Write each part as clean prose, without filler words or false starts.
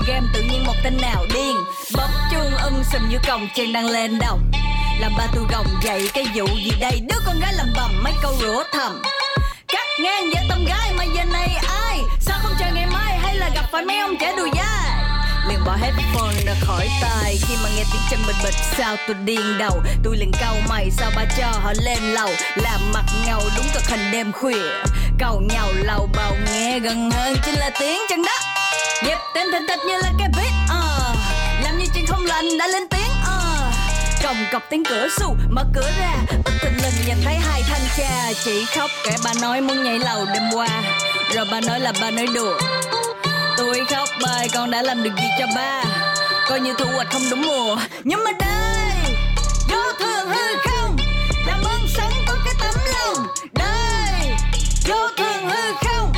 game tự nhiên một tên nào điên bấm chuông sùm như còng chàng đang lên đồng. Làm ba tôi gồng dậy cái vụ gì đây, đứa con gái làm bầm mấy câu rủa thầm. Cắt ngang với tông gái mà giờ này ai, sao không chờ ngày mai hay là gặp phải mấy ông trẻ đùi dai. Liền bỏ headphone ra khỏi tai khi mà nghe tiếng chân bịch bịch. Sao tôi điên đầu, tôi liền cau mày sao ba cho họ lên lầu. Làm mặt ngầu đúng cực hình đêm khuya, cầu nhau lầu bầu nghe gần hơn chính là tiếng chân đất. Dẹp tên thình thịch như là cái beat làm như chuyện không lành đã lên tiếng còng cọc tiếng cửa xù mở cửa ra, bất thình lình nhìn thấy hai thanh cha chỉ khóc kể ba nói muốn nhảy lầu đêm qua, rồi ba nói là ba nói đùa. Tôi khóc bài con đã làm được gì cho ba, coi như thu hoạch không đúng mùa. Nhưng mà đây vô thường hư không, làm ơn sống có cái tấm lòng. Đây vô thường hư không,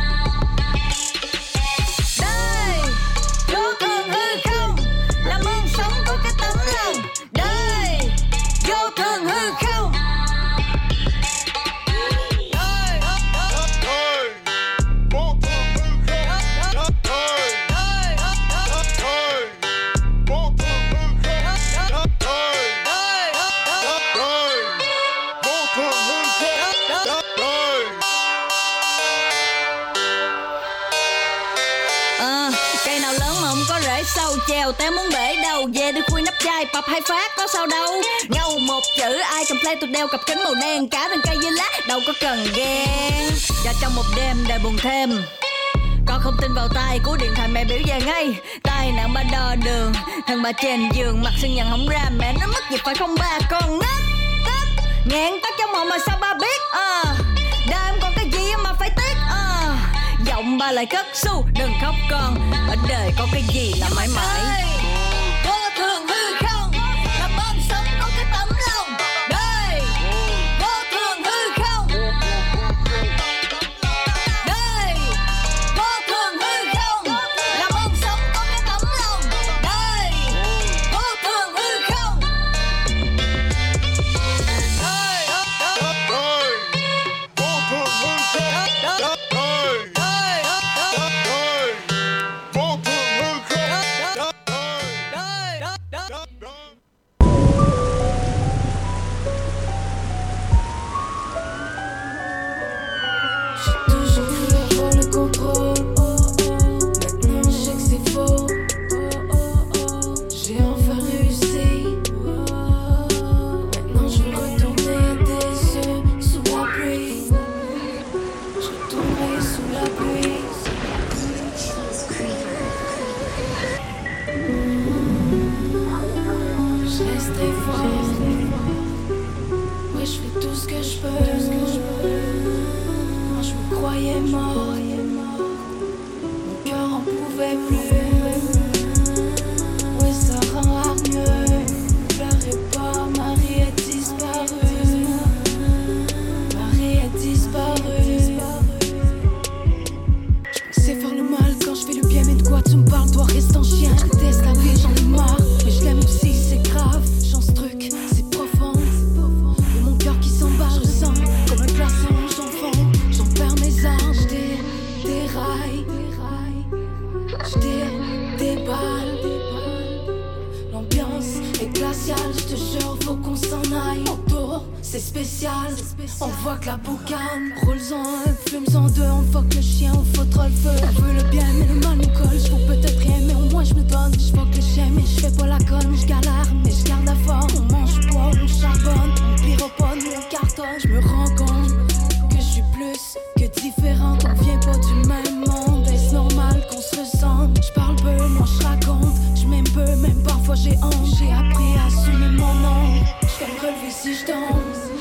đây vô thường hư không, làm ơn sống có cái tấm lòng. Đây vô thường hư không. Cây nào lớn mà không có rễ sâu, chèo té muốn bể đầu, về đi khui nắp chai pập hai phát có sao đâu. Ngâu một chữ ai complain tôi đeo cặp kính màu đen, cả thân cây với lá đâu có cần ghen. Và trong một đêm đời buồn thêm, con không tin vào tai, cú điện thoại mẹ biểu về ngay. Tai nạn ba đo đường, thằng bà trên giường mặt sưng nhận không ra, mẹ nó mất việc phải không ba. Con nấc nghẹn tắt trong mồm mà sao ba biết đời em còn cái gì mà phải tiếc giọng ba lại cất xu đừng khóc con, ở đời có cái gì là mãi mãi. Vô thường hư không, làm ơn sống có cái tấm lòng. Đây vô thường hư không, đây vô thường hư không, làm ơn sống có cái tấm lòng. Đây vô thường hư không. C'est spécial, on voit que la boucane. Roule-en un, fume-en deux, on voit que le chien, on foutra le feu. On veut le bien mais le mal nous colle, je vaux peut-être rien mais au moins je me donne. Je vois que le chien mais je fais pas la conne, je galère mais je garde la forme. On mange pas, on charbonne, on pyropone, on cartonne. Je me rends compte que je suis plus que différente, on vient pas du même monde. Est-ce normal qu'on se ressemble? Je parle peu, moi je raconte, je m'aime peu, même parfois j'ai honte. J'ai appris à assumer mon nom, je vais me relever si je tombe.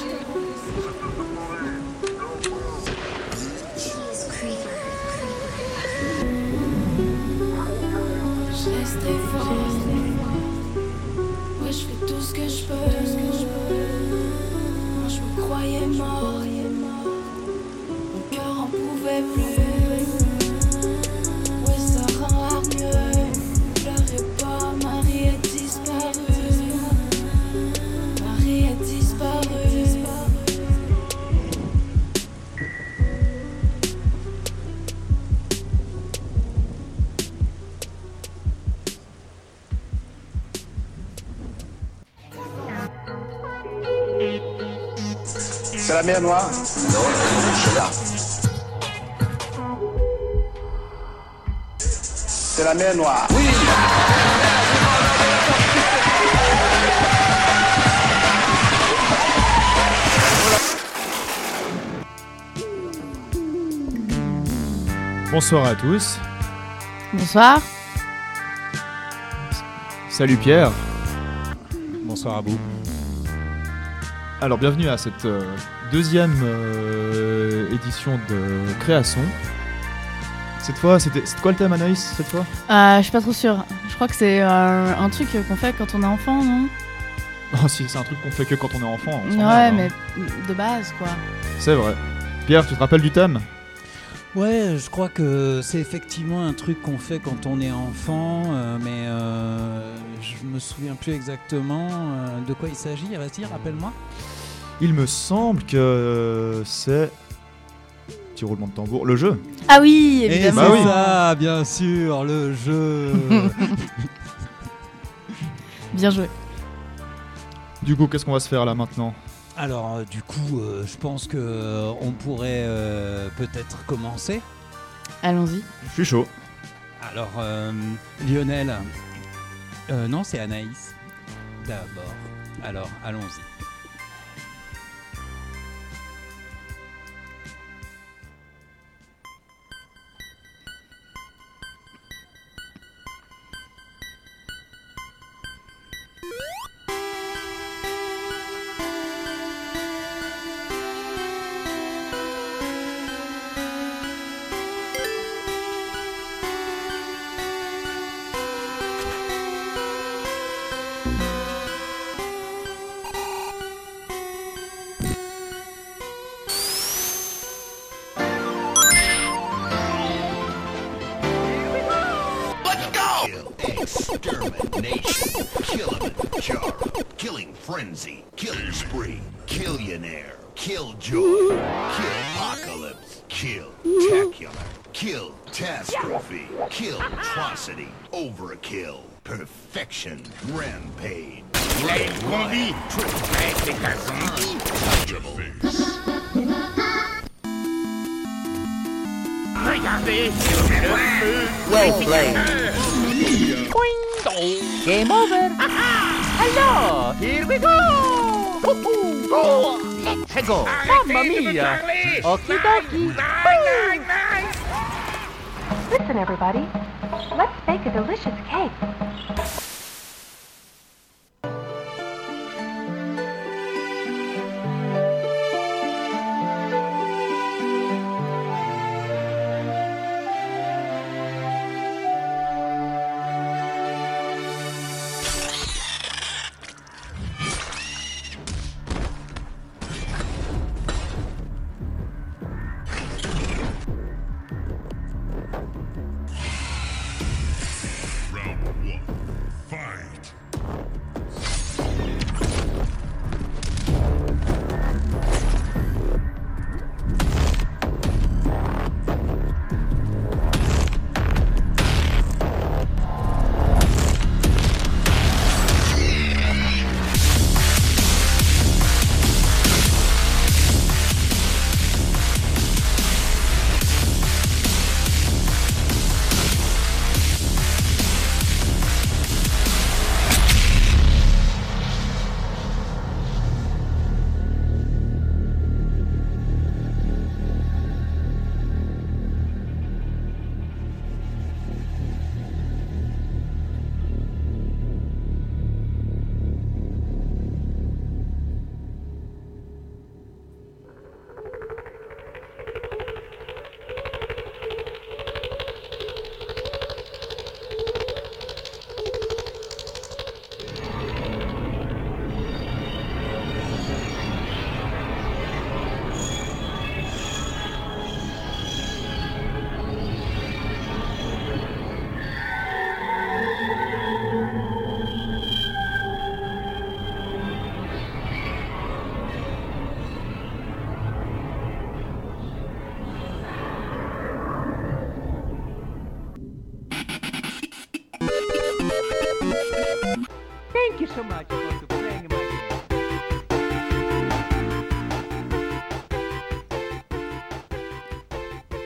Ouais, je fais tout ce que je peux. Moi, je me croyais mort. Mon cœur en pouvait plus. Ouais, ça rend hargneux. Pleurez pas, Marie est disparue. Marie est disparue. C'est la mer Noire? Non, c'est là. C'est la mer Noire. Oui. Bonsoir à tous. Bonsoir. Salut Pierre. Bonsoir à vous. Alors bienvenue à cette deuxième édition de Création. Cette fois, c'est quoi le thème, Anaïs, cette fois? Je suis pas trop sûre. Je crois que c'est un truc qu'on fait quand on est enfant, non? Oh si, c'est un truc qu'on fait que quand on est enfant. On s'en Ouais, merde, mais de base, quoi. C'est vrai. Pierre, tu te rappelles du thème? Ouais, je crois que c'est effectivement un truc qu'on fait quand on est enfant, mais je me souviens plus exactement de quoi il s'agit. Vas-y, rappelle-moi. Il me semble que c'est... Petit roulement de tambour. Le jeu. Ah oui, Et évidemment. c'est Bah oui. ça, bien sûr, le jeu. Bien joué. Du coup, qu'est-ce qu'on va se faire là maintenant? Alors, du coup, je pense que on pourrait peut-être commencer. Allons-y. Je suis chaud. Alors, Lionel. Non, c'est Anaïs. D'abord. Alors, allons-y. Extermination, Killing, Killing Frenzy, Killing Spree, Killionaire, Killjoy, Kill-Apocalypse, Kill-Tacular, Kill-Tastrophe, Kill-Atrocity, Overkill, Perfection, Rampage, Blood, Regardez, Well played. game over. Alors, here we go. Go, let's go. Mamma mia. Okie dokie. Nice. Listen, everybody. Let's bake a delicious cake. Thank you so much for playing my game.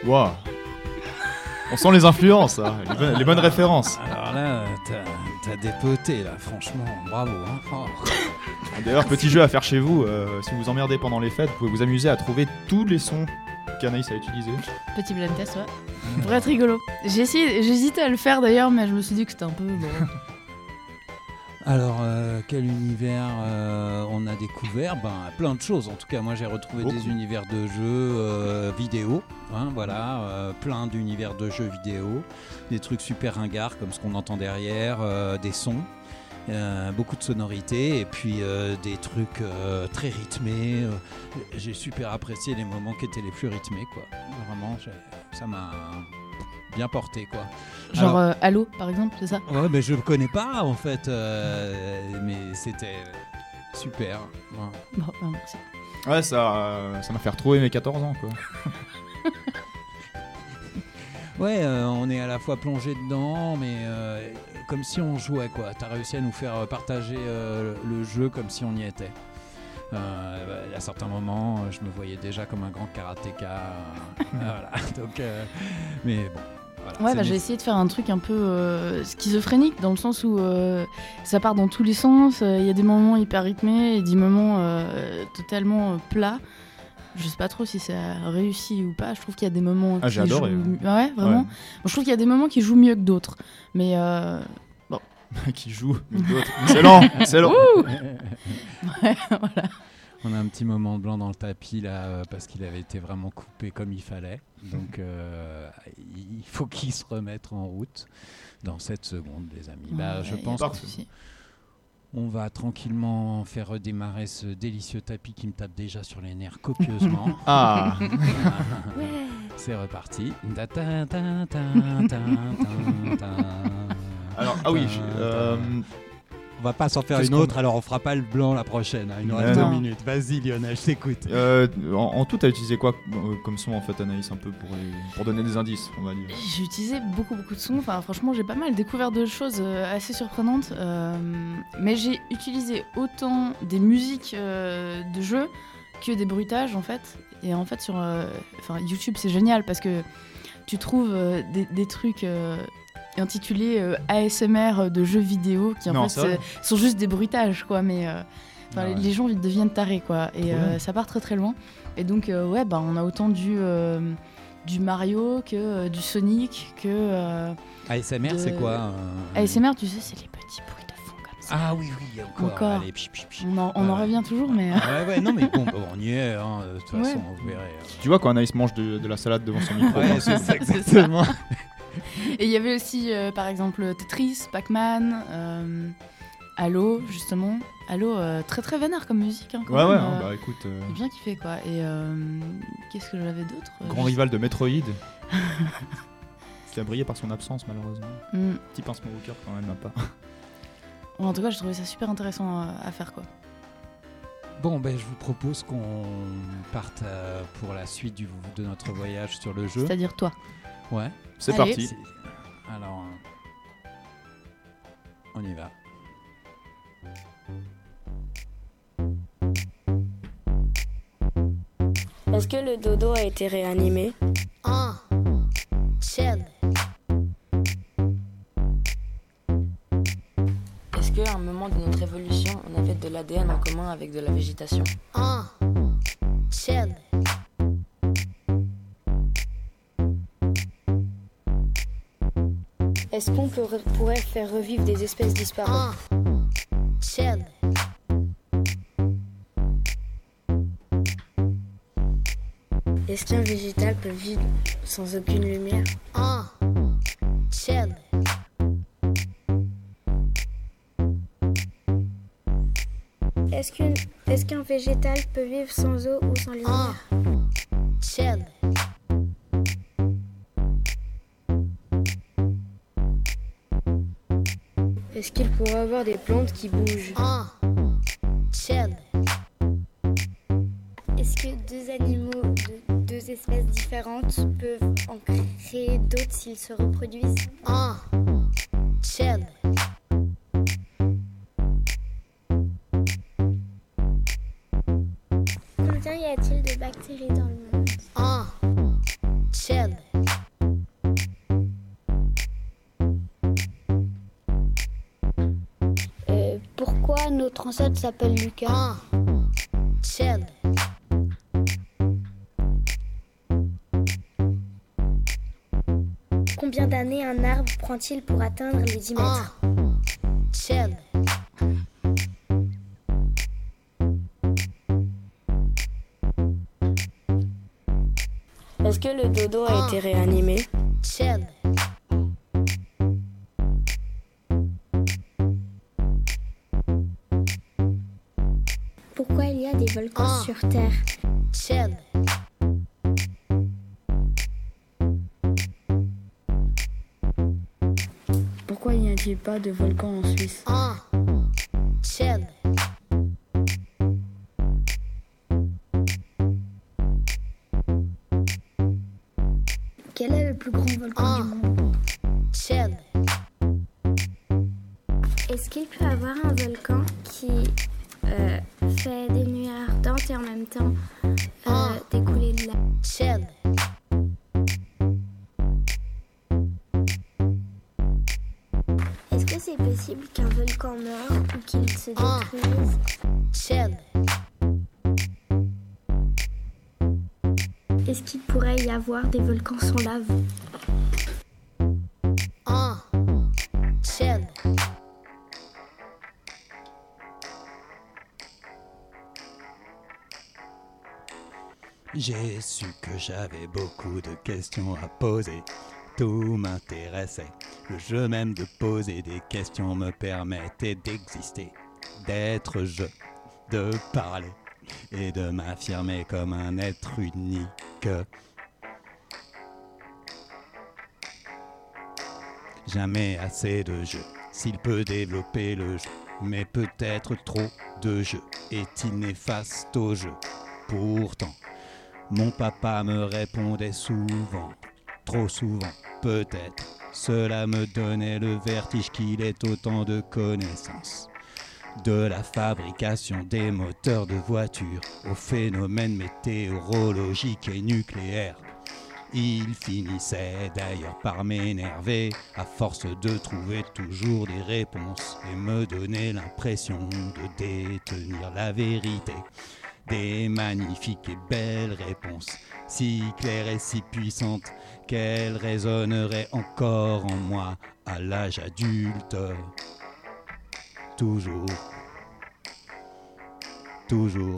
Waouh. On sent les influences, hein, les bonnes références. Alors là, t'as dépoté, là, franchement, bravo. Hein. Oh. D'ailleurs, petit jeu à faire chez vous, si vous vous emmerdez pendant les fêtes, vous pouvez vous amuser à trouver tous les sons qu'Anaïs a utilisés. Petit blind test, ouais. Pour être rigolo. J'hésitais à le faire d'ailleurs, mais je me suis dit que c'était un peu... Bon. Alors, quel univers on a découvert? Plein de choses. En tout cas, moi, j'ai retrouvé des univers de jeux vidéo. Hein, voilà, plein d'univers de jeux vidéo. Des trucs super ringards, comme ce qu'on entend derrière, des sons. Beaucoup de sonorités et puis des trucs très rythmés. J'ai super apprécié les moments qui étaient les plus rythmés, quoi. Vraiment, ça m'a bien porté, quoi. Genre Halo, par exemple, c'est ça? Ouais, mais je le connais pas en fait, mais c'était super. Ouais. Bon, merci. Ouais, ça m'a fait retrouver mes 14 ans, quoi. Ouais, on est à la fois plongé dedans, mais comme si on jouait, quoi. T'as réussi à nous faire partager le jeu comme si on y était. À certains moments, je me voyais déjà comme un grand karatéka. Voilà. Donc, mais bon. Voilà, ouais, j'ai essayé de faire un truc un peu schizophrénique, dans le sens où ça part dans tous les sens. Il y a des moments hyper rythmés et des moments totalement plats. Je sais pas trop si ça a réussi ou pas. Je trouve qu'il y a des moments qui j'ai adoré. Ouais, vraiment. Ouais. Bon, je trouve qu'il y a des moments qui jouent mieux que d'autres. Mais bon. Qui joue mieux que d'autres. Excellent. Ouais, voilà. On a un petit moment blanc dans le tapis là parce qu'il avait été vraiment coupé comme il fallait. Donc il faut qu'il se remette en route dans 7 secondes, les amis. Ouais, je pense qu'on va tranquillement faire redémarrer ce délicieux tapis qui me tape déjà sur les nerfs copieusement. Ah. C'est reparti. Alors, ah oui, on va pas s'en faire une autre, alors on fera pas le blanc la prochaine. Hein. Il nous reste 2 minutes. Vas-y Lionel, je t'écoute. En tout, t'as utilisé quoi comme son en fait, Anaïs, un peu pour donner des indices, on va dire. J'ai utilisé beaucoup de sons. Enfin, franchement, j'ai pas mal découvert de choses assez surprenantes. Mais j'ai utilisé autant des musiques de jeux que des bruitages en fait. Et en fait, sur YouTube, c'est génial parce que tu trouves des trucs. Intitulé ASMR de jeux vidéo qui en fait sont juste des bruitages quoi, mais les gens deviennent tarés quoi, et ça part très très loin. Et donc on a autant du Mario que du Sonic que ASMR c'est quoi ASMR, tu sais, c'est les petits bruits de fond comme ça. Ah oui encore. Allez, on en revient toujours, mais ouais non mais bon on y est hein, de toute façon vous verrez. Tu vois quand Anaïs mange de la salade devant son micro. Ouais, c'est ça exactement. Et il y avait aussi, par exemple, Tetris, Pac-Man, Halo, justement. Halo, très très vénère comme musique. Hein, quand même, bah écoute. J'ai bien kiffé, quoi. Et qu'est-ce que j'avais d'autre Grand rival de Metroid. Qui a brillé par son absence, malheureusement. Petit pincement au cœur, quand même, pas. En tout cas, j'ai trouvé ça super intéressant à faire, quoi. Bon, je vous propose qu'on parte pour la suite de notre voyage sur le jeu. C'est-à-dire toi. Ouais. C'est parti. Alors, on y va. Est-ce que le dodo a été réanimé? Chill. Est-ce qu'à un moment de notre évolution, on avait de l'ADN en commun avec de la végétation? Chill. Est-ce qu'on pourrait faire revivre des espèces disparues? Chill. Est-ce qu'un végétal peut vivre sans aucune lumière? Chill. Est-ce qu'un végétal peut vivre sans eau ou sans lumière? Chill. Est-ce qu'il pourrait avoir des plantes qui bougent? Chill. Est-ce que deux animaux de deux espèces différentes peuvent en créer d'autres s'ils se reproduisent? Chill. Combien y a-t-il de bactéries dans le monde? Chill. Lucas, notre ancêtre s'appelle Lucas. Chill. Combien d'années un arbre prend-il pour atteindre les 10 mètres? Chill. Est-ce que le dodo a été réanimé? Chill. Pourquoi il y a des volcans sur Terre? Chill. Pourquoi n'y a-t-il pas de volcan en Suisse? Chill. Quel est le plus grand volcan du monde? Chill. Est-ce qu'il peut y avoir un volcan qui fait des nuits ardentes et en même temps découler de la... Chill. Est-ce que c'est possible qu'un volcan meure ou qu'il se détruise? Chill. Est-ce qu'il pourrait y avoir des volcans sans lave? Chill. J'ai su que j'avais beaucoup de questions à poser. Tout m'intéressait. Le jeu même de poser des questions me permettait d'exister, d'être je, de parler et de m'affirmer comme un être unique. Jamais assez de jeu, s'il peut développer le jeu, mais peut-être trop de jeu est-il néfaste au jeu. Pourtant, mon papa me répondait souvent, trop souvent, peut-être. Cela me donnait le vertige qu'il ait autant de connaissances. De la fabrication des moteurs de voitures aux phénomènes météorologiques et nucléaires. Il finissait d'ailleurs par m'énerver à force de trouver toujours des réponses et me donner l'impression de détenir la vérité. Des magnifiques et belles réponses, si claires et si puissantes, qu'elles résonneraient encore en moi à l'âge adulte. Toujours, toujours.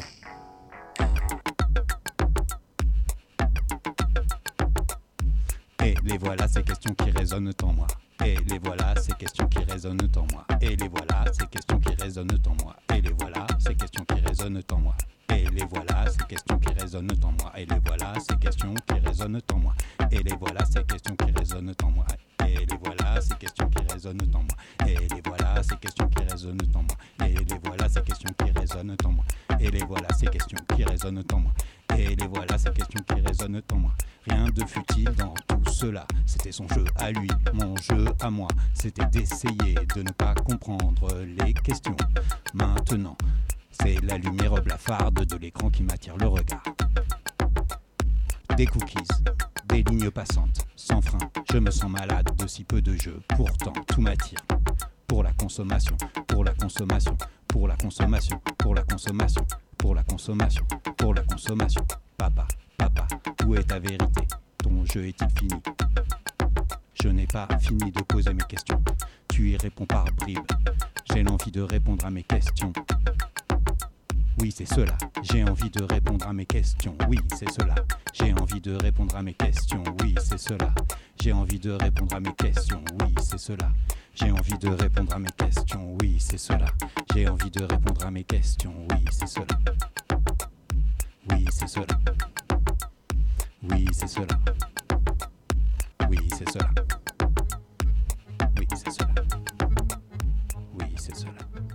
Et les voilà ces questions qui résonnent en moi. Et les voilà ces questions qui résonnent en moi. Et les voilà ces questions qui résonnent en moi. Et les voilà ces questions qui résonnent en moi. Et les voilà ces questions qui résonnent en moi. Et les voilà ces questions qui résonnent en moi. Et les voilà ces questions qui résonnent en moi. Et les voilà ces questions qui résonnent en moi. Et les voilà ces questions qui résonnent en moi. Et les voilà ces questions qui résonnent en moi. Et les voilà ces questions qui résonnent en moi. Et les voilà ces questions qui résonnent en moi. Rien de futile dans tout cela. C'était son jeu à lui, mon jeu à moi. C'était d'essayer de ne pas comprendre les questions. Maintenant, c'est la lumière blafarde de l'écran qui m'attire le regard. Des cookies, des lignes passantes, sans frein. Je me sens malade de si peu de jeux. Pourtant, tout m'attire. Pour la consommation, pour la consommation, pour la consommation, pour la consommation, pour la consommation, pour la consommation. Papa, papa, où est ta vérité? Ton jeu est-il fini? Je n'ai pas fini de poser mes questions. Tu y réponds par bribes. J'ai l'envie de répondre à mes questions. Oui, c'est cela. J'ai envie de répondre à mes questions. Oui, c'est cela. J'ai envie de répondre à mes questions. Oui, c'est cela. J'ai envie de répondre à mes questions. Oui, c'est cela. J'ai envie de répondre à mes questions. Oui, c'est cela. J'ai envie de répondre à mes questions. Oui, c'est cela. Oui, c'est cela. Oui, c'est cela. Oui, c'est cela. Oui, c'est cela. Oui, c'est cela.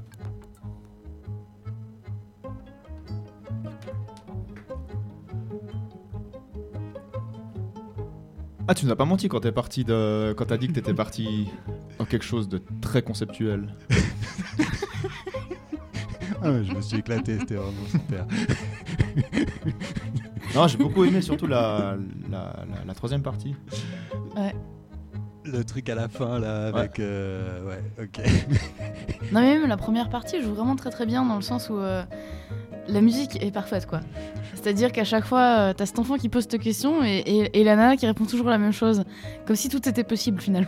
Ah, tu nous as pas menti quand quand t'as dit que t'étais parti dans quelque chose de très conceptuel. Ah, je me suis éclaté, c'était vraiment super. Non, j'ai beaucoup aimé surtout la troisième partie. Ouais. Le truc à la fin là avec ouais, ok. Non mais même la première partie joue vraiment très très bien dans le sens où la musique est parfaite quoi. C'est-à-dire qu'à chaque fois t'as cet enfant qui pose cette question et la nana qui répond toujours la même chose, comme si tout était possible finalement.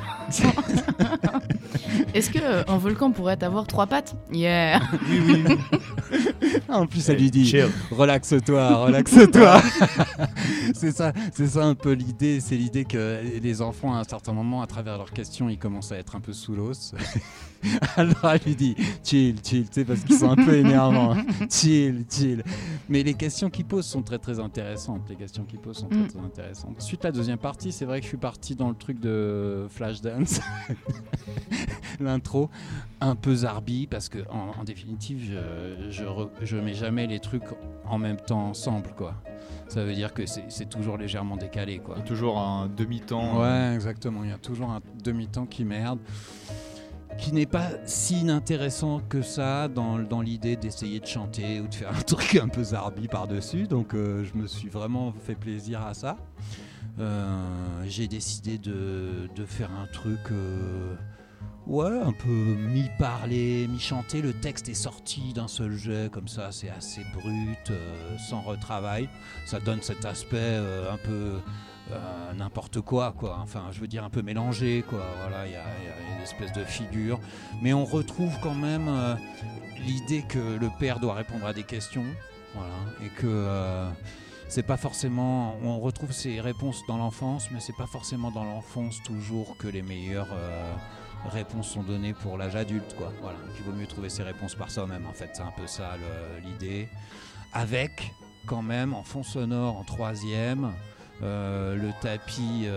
Est-ce que un volcan pourrait avoir 3 pattes? Yeah. Oui. En plus elle lui dit relaxe-toi. c'est ça un peu l'idée, c'est l'idée que les enfants à un certain moment à travers leurs questions ils commencent à être un peu sous l'os. Alors elle lui dit chill, tu sais, parce qu'ils sont un peu énervants. Chill. Mais les questions qu'ils posent sont très très intéressantes. Très intéressantes. Ensuite la deuxième partie, c'est vrai que je suis parti dans le truc de Flashdance. L'intro un peu zarbi parce que en définitive je mets jamais les trucs en même temps ensemble quoi. Ça veut dire que c'est toujours légèrement décalé quoi. Il y a toujours un demi-temps. Ouais, exactement, il y a toujours un demi-temps qui merde, qui n'est pas si inintéressant que ça dans l'idée d'essayer de chanter ou de faire un truc un peu zarbi par-dessus. Donc je me suis vraiment fait plaisir à ça. J'ai décidé de faire un truc un peu mi-parlé, mi-chanté. Le texte est sorti d'un seul jet, comme ça, c'est assez brut, sans retravail. Ça donne cet aspect un peu n'importe quoi. Enfin, je veux dire un peu mélangé, quoi. Voilà, il y a une espèce de figure. Mais on retrouve quand même l'idée que le père doit répondre à des questions. Voilà, et que... c'est pas forcément, on retrouve ces réponses dans l'enfance, mais c'est pas forcément dans l'enfance toujours que les meilleures réponses sont données pour l'âge adulte, quoi. Voilà, il vaut mieux trouver ses réponses par soi-même. En fait, c'est un peu ça l'idée. Avec quand même en fond sonore en troisième le tapis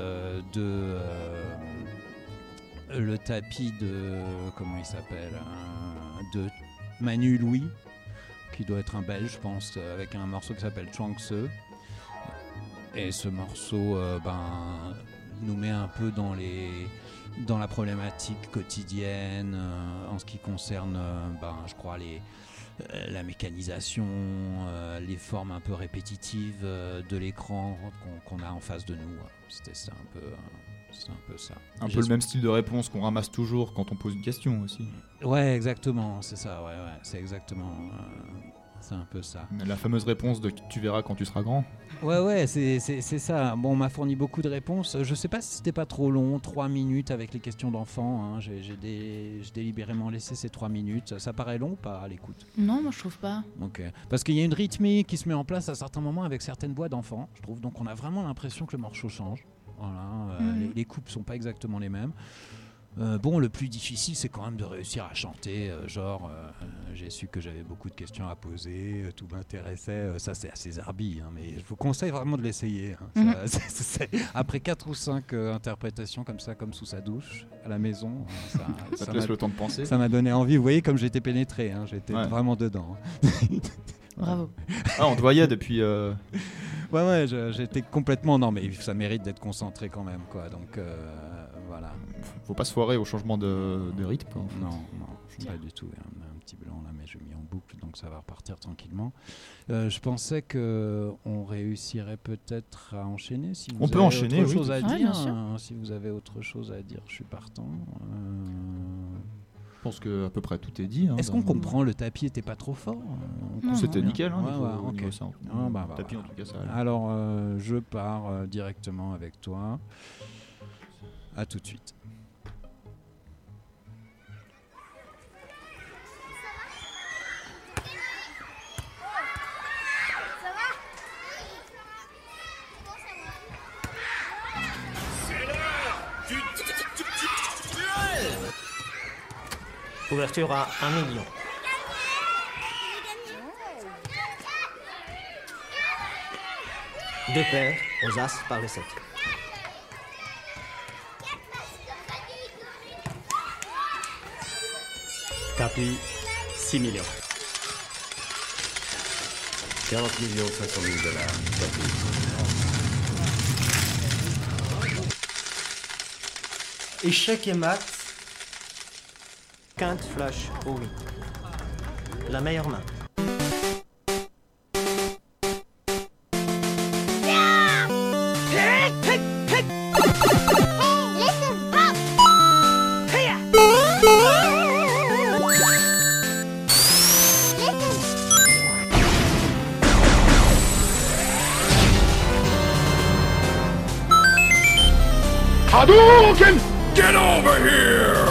de comment il s'appelle, de Manu Louis, qui doit être un Belge, je pense, avec un morceau qui s'appelle Chuangse. Et ce morceau nous met un peu dans la problématique quotidienne en ce qui concerne, je crois, la mécanisation, les formes un peu répétitives de l'écran qu'on a en face de nous. C'était ça un peu... C'est un peu ça. Un peu le même style de réponse qu'on ramasse toujours quand on pose une question aussi. Ouais, exactement, c'est ça, ouais, c'est exactement... c'est un peu ça. La fameuse réponse de « tu verras quand tu seras grand ». Ouais, c'est ça. Bon, on m'a fourni beaucoup de réponses. Je sais pas si c'était pas trop long, 3 minutes avec les questions d'enfants. Hein. J'ai délibérément laissé ces 3 minutes. Ça paraît long ou pas à l'écoute? Non, moi je trouve pas. Ok. Parce qu'il y a une rythmique qui se met en place à certains moments avec certaines voix d'enfants, je trouve. Donc on a vraiment l'impression que le morceau change. Voilà, les coupes sont pas exactement les mêmes. Le plus difficile, c'est quand même de réussir à chanter. J'ai su que j'avais beaucoup de questions à poser, tout m'intéressait. Ça, c'est assez zarbi, hein, mais je vous conseille vraiment de l'essayer. Hein. Après 4 ou 5 interprétations comme ça, comme sous sa douche, à la maison, ça te laisse le temps de penser. Ça m'a donné envie. Vous voyez comme j'étais pénétré, hein, j'étais vraiment dedans. Bravo. Ah, on te voyait depuis... Ouais, j'étais complètement... Non, mais ça mérite d'être concentré quand même, quoi. Donc, voilà. Faut pas se foirer au changement de rythme. En fait. Non, pas du tout. Il y a un petit blanc là, mais je l'ai mis en boucle, donc ça va repartir tranquillement. Je pensais qu'on réussirait peut-être à enchaîner. Si vous on peut enchaîner, autre chose à dire, bien sûr. Si vous avez autre chose à dire, je suis partant. Je pense qu'à peu près tout est dit. Hein, Est-ce qu'on comprend? Le tapis était pas trop fort? C'était nickel. Hein, okay. niveau ça. Le tapis, en tout cas, ça allait. Alors, je pars directement avec toi. À tout de suite. Ouverture à 1 million. Deux paires aux as par les 7. Tapis, 6 millions. 40 500 000 $. Échec et mat. Quinte flash au 8. La meilleure main. Listen up! Hadouken! Get over here!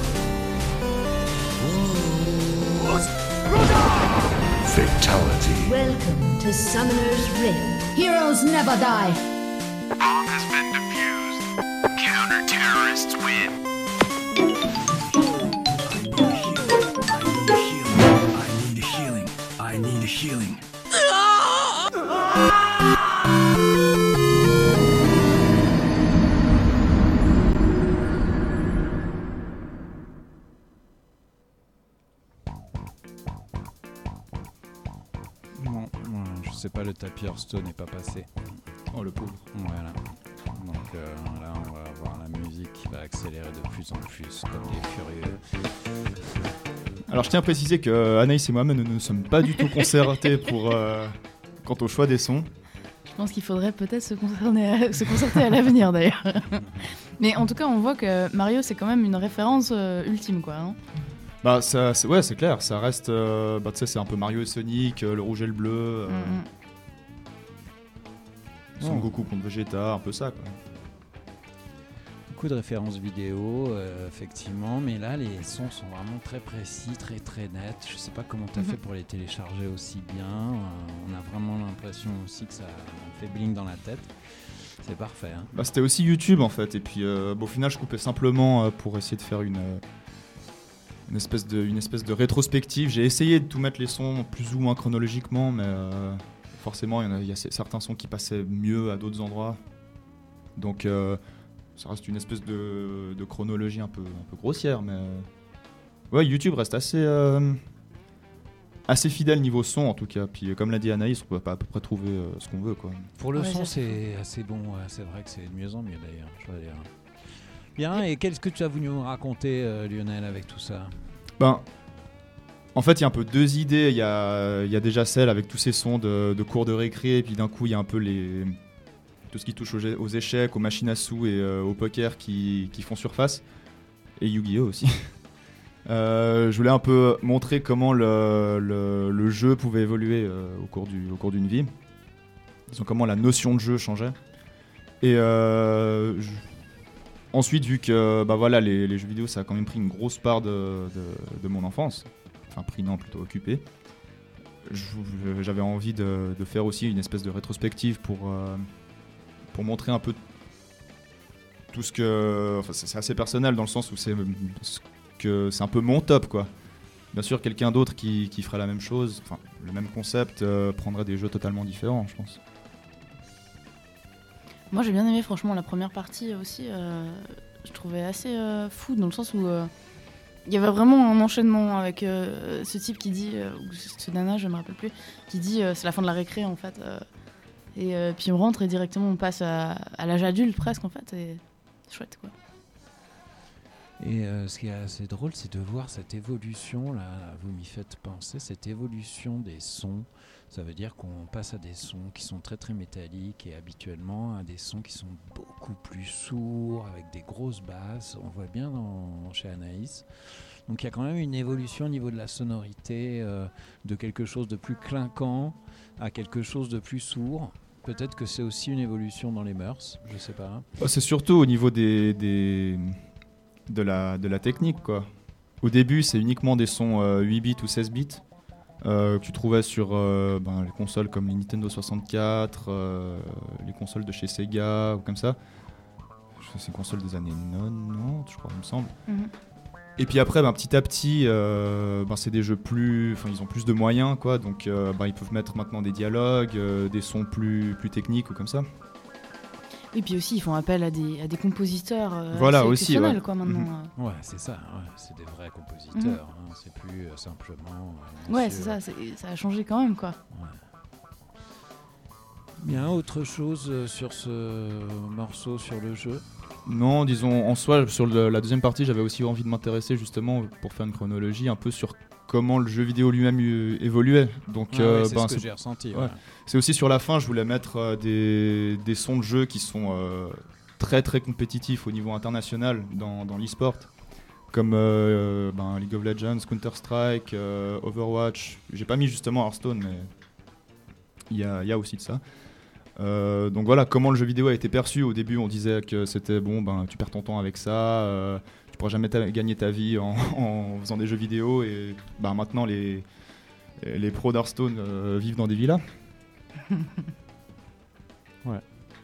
Fatality. Welcome to Summoner's Rift. Heroes never die. Bomb has been defused. Counter-terrorists win. I need a healing. Non, je sais pas, le tapis Hearthstone n'est pas passé. Oh le pauvre. Voilà. Donc là, on va avoir la musique qui va accélérer de plus en plus comme des furieux. Alors je tiens à préciser que Anaïs et moi-même ne sommes pas du tout concertés quant au choix des sons. Je pense qu'il faudrait peut-être se concerter à l'avenir d'ailleurs. Mais en tout cas, on voit que Mario, c'est quand même une référence ultime, quoi. Hein. Bah c'est clair, ça reste, tu sais, c'est un peu Mario et Sonic, le rouge et le bleu, Son Goku contre Vegeta, un peu ça, quoi. Beaucoup de références vidéo, effectivement, mais là les sons sont vraiment très précis, très très nets. Je sais pas comment t'as fait pour les télécharger aussi bien. On a vraiment l'impression aussi que ça fait bling dans la tête. C'est parfait. Hein. Bah, c'était aussi YouTube en fait, et puis au final je coupais simplement pour essayer de faire une espèce de rétrospective. J'ai essayé de tout mettre les sons plus ou moins chronologiquement, mais forcément il y a certains sons qui passaient mieux à d'autres endroits. Donc ça reste une espèce de chronologie un peu grossière, mais ouais, YouTube reste assez fidèle niveau son en tout cas. Puis comme l'a dit Anaïs, on peut à peu près trouver ce qu'on veut, quoi. Pour le son, c'est assez bon. Ouais, c'est vrai que c'est de mieux en mieux d'ailleurs. Je dois dire. Bien. Et qu'est-ce que tu as voulu nous raconter, Lionel, avec tout ça? En fait, il y a un peu deux idées. Il y a déjà celle avec tous ces sons de cours de récré, et puis d'un coup, il y a un peu tout ce qui touche aux échecs, aux machines à sous et au poker qui font surface. Et Yu-Gi-Oh aussi. Je voulais un peu montrer comment le jeu pouvait évoluer au cours d'une vie. Disons comment la notion de jeu changeait. Et ensuite, vu que voilà, les jeux vidéo, ça a quand même pris une grosse part de mon enfance. Enfin, plutôt occupé. J'avais envie de faire aussi une espèce de rétrospective pour montrer un peu tout ce que... Enfin, c'est assez personnel dans le sens où c'est un peu mon top, quoi. Bien sûr, quelqu'un d'autre qui ferait la même chose, enfin, le même concept, prendrait des jeux totalement différents, je pense. Moi, j'ai bien aimé, franchement, la première partie aussi. Je trouvais assez fou, dans le sens où il y avait vraiment un enchaînement avec ce type qui dit, ou ce nana, je me rappelle plus, qui dit c'est la fin de la récré, en fait. Et puis on rentre et directement on passe à l'âge adulte presque, en fait, et c'est chouette, quoi. Et ce qui est assez drôle, c'est de voir cette évolution, là, vous m'y faites penser, cette évolution des sons. Ça veut dire qu'on passe à des sons qui sont très très métalliques et habituellement à des sons qui sont beaucoup plus sourds, avec des grosses basses. On voit bien chez Anaïs. Donc il y a quand même une évolution au niveau de la sonorité, de quelque chose de plus clinquant à quelque chose de plus sourd. Peut-être que c'est aussi une évolution dans les mœurs, je sais pas. C'est surtout au niveau de la technique, quoi. Au début, c'est uniquement des sons 8 bits ou 16 bits que tu trouvais sur les consoles comme les Nintendo 64, les consoles de chez Sega ou comme ça. C'est une console des années 90, je crois, il me semble. Mm-hmm. Et puis après, petit à petit, c'est des jeux plus... Enfin, ils ont plus de moyens, quoi. Donc, ils peuvent mettre maintenant des dialogues, des sons plus techniques ou comme ça. Et puis aussi, ils font appel à des compositeurs voilà, aussi, exceptionnels, quoi, maintenant. Ouais, c'est ça. Ouais. C'est des vrais compositeurs. Hein. C'est plus simplement... ouais, c'est ça. Ça a changé quand même, quoi. Ouais. Bien, autre chose sur ce morceau, sur le jeu? Non, disons, en soi, sur la deuxième partie, j'avais aussi envie de m'intéresser justement pour faire une chronologie un peu sur comment le jeu vidéo lui-même évoluait. Donc, c'est ce que j'ai ressenti. Ouais. C'est aussi sur la fin, je voulais mettre des sons de jeu qui sont très très compétitifs au niveau international dans l'e-sport, comme League of Legends, Counter-Strike, Overwatch. J'ai pas mis justement Hearthstone, mais il y a aussi de ça. Donc voilà, comment le jeu vidéo a été perçu. Au début, on disait que c'était bon, tu perds ton temps avec ça, tu pourras jamais gagner ta vie en faisant des jeux vidéo. Et maintenant, les pros d'Hearthstone vivent dans des villas. Ouais.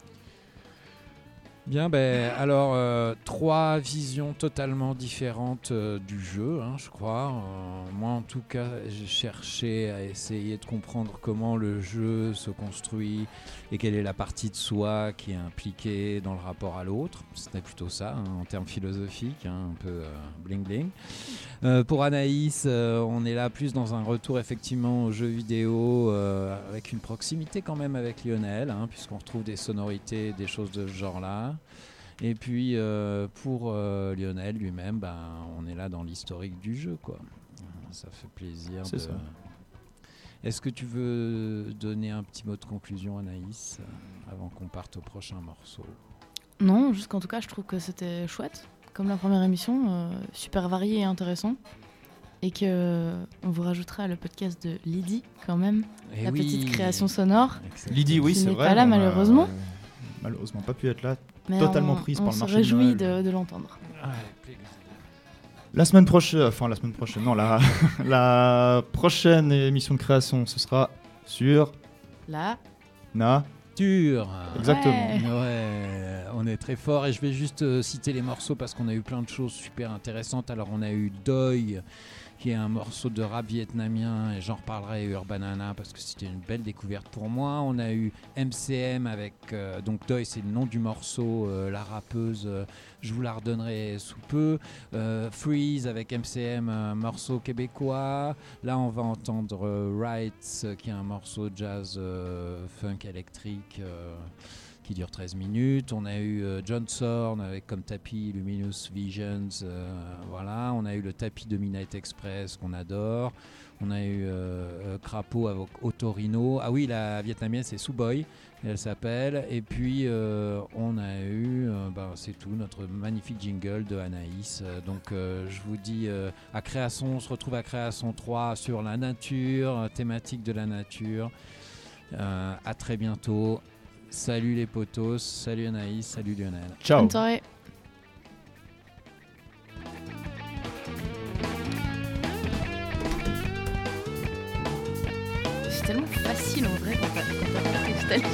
Bien, alors 3 visions totalement différentes du jeu, je crois. Moi, en tout cas, j'ai cherché à essayer de comprendre comment le jeu se construit et quelle est la partie de soi qui est impliquée dans le rapport à l'autre. C'était plutôt ça, en termes philosophiques, un peu bling-bling. Pour Anaïs, on est là plus dans un retour effectivement aux jeux vidéo avec une proximité quand même avec Lionel, puisqu'on retrouve des sonorités, des choses de ce genre-là. Et puis pour Lionel lui-même, on est là dans l'historique du jeu, quoi. Ça fait plaisir. C'est ça. Est-ce que tu veux donner un petit mot de conclusion, Anaïs, avant qu'on parte au prochain morceau ? Non, juste qu'en tout cas, je trouve que c'était chouette. Comme la première émission, super varié et intéressant. Et qu'on vous rajoutera le podcast de Lydie, quand même. Petite création sonore. Lydie, oui, c'est vrai. Qui n'est pas là, malheureusement. Malheureusement, pas pu être là. Mais totalement prise par le marché. On se réjouit de l'entendre. La semaine prochaine, non, la prochaine émission de création, ce sera sur la nature. Exactement. Ouais, on est très fort et je vais juste citer les morceaux parce qu'on a eu plein de choses super intéressantes. Alors on a eu Doi, qui est un morceau de rap vietnamien, et j'en reparlerai, Urbanana, parce que c'était une belle découverte pour moi. On a eu MCM avec, donc Doi, c'est le nom du morceau, la rappeuse, je vous la redonnerai sous peu. Freeze avec MCM, un morceau québécois. Là, on va entendre Rights, qui est un morceau jazz funk électrique, qui dure 13 minutes. On a eu John Zorn avec comme tapis Luminous Visions, voilà. On a eu le tapis de Midnight Express qu'on adore. On a eu Crapaud avec Otorino. Ah oui, la vietnamienne c'est Suboy, elle s'appelle. Et puis on a eu, c'est tout, notre magnifique jingle de Anaïs. Donc je vous dis à Création, on se retrouve à Création 3 sur la nature, thématique de la nature. À très bientôt. Salut les potos, salut Anaïs, salut Lionel. Ciao. Bonne soirée. C'est tellement facile en vrai quand t'as pas texte à lire.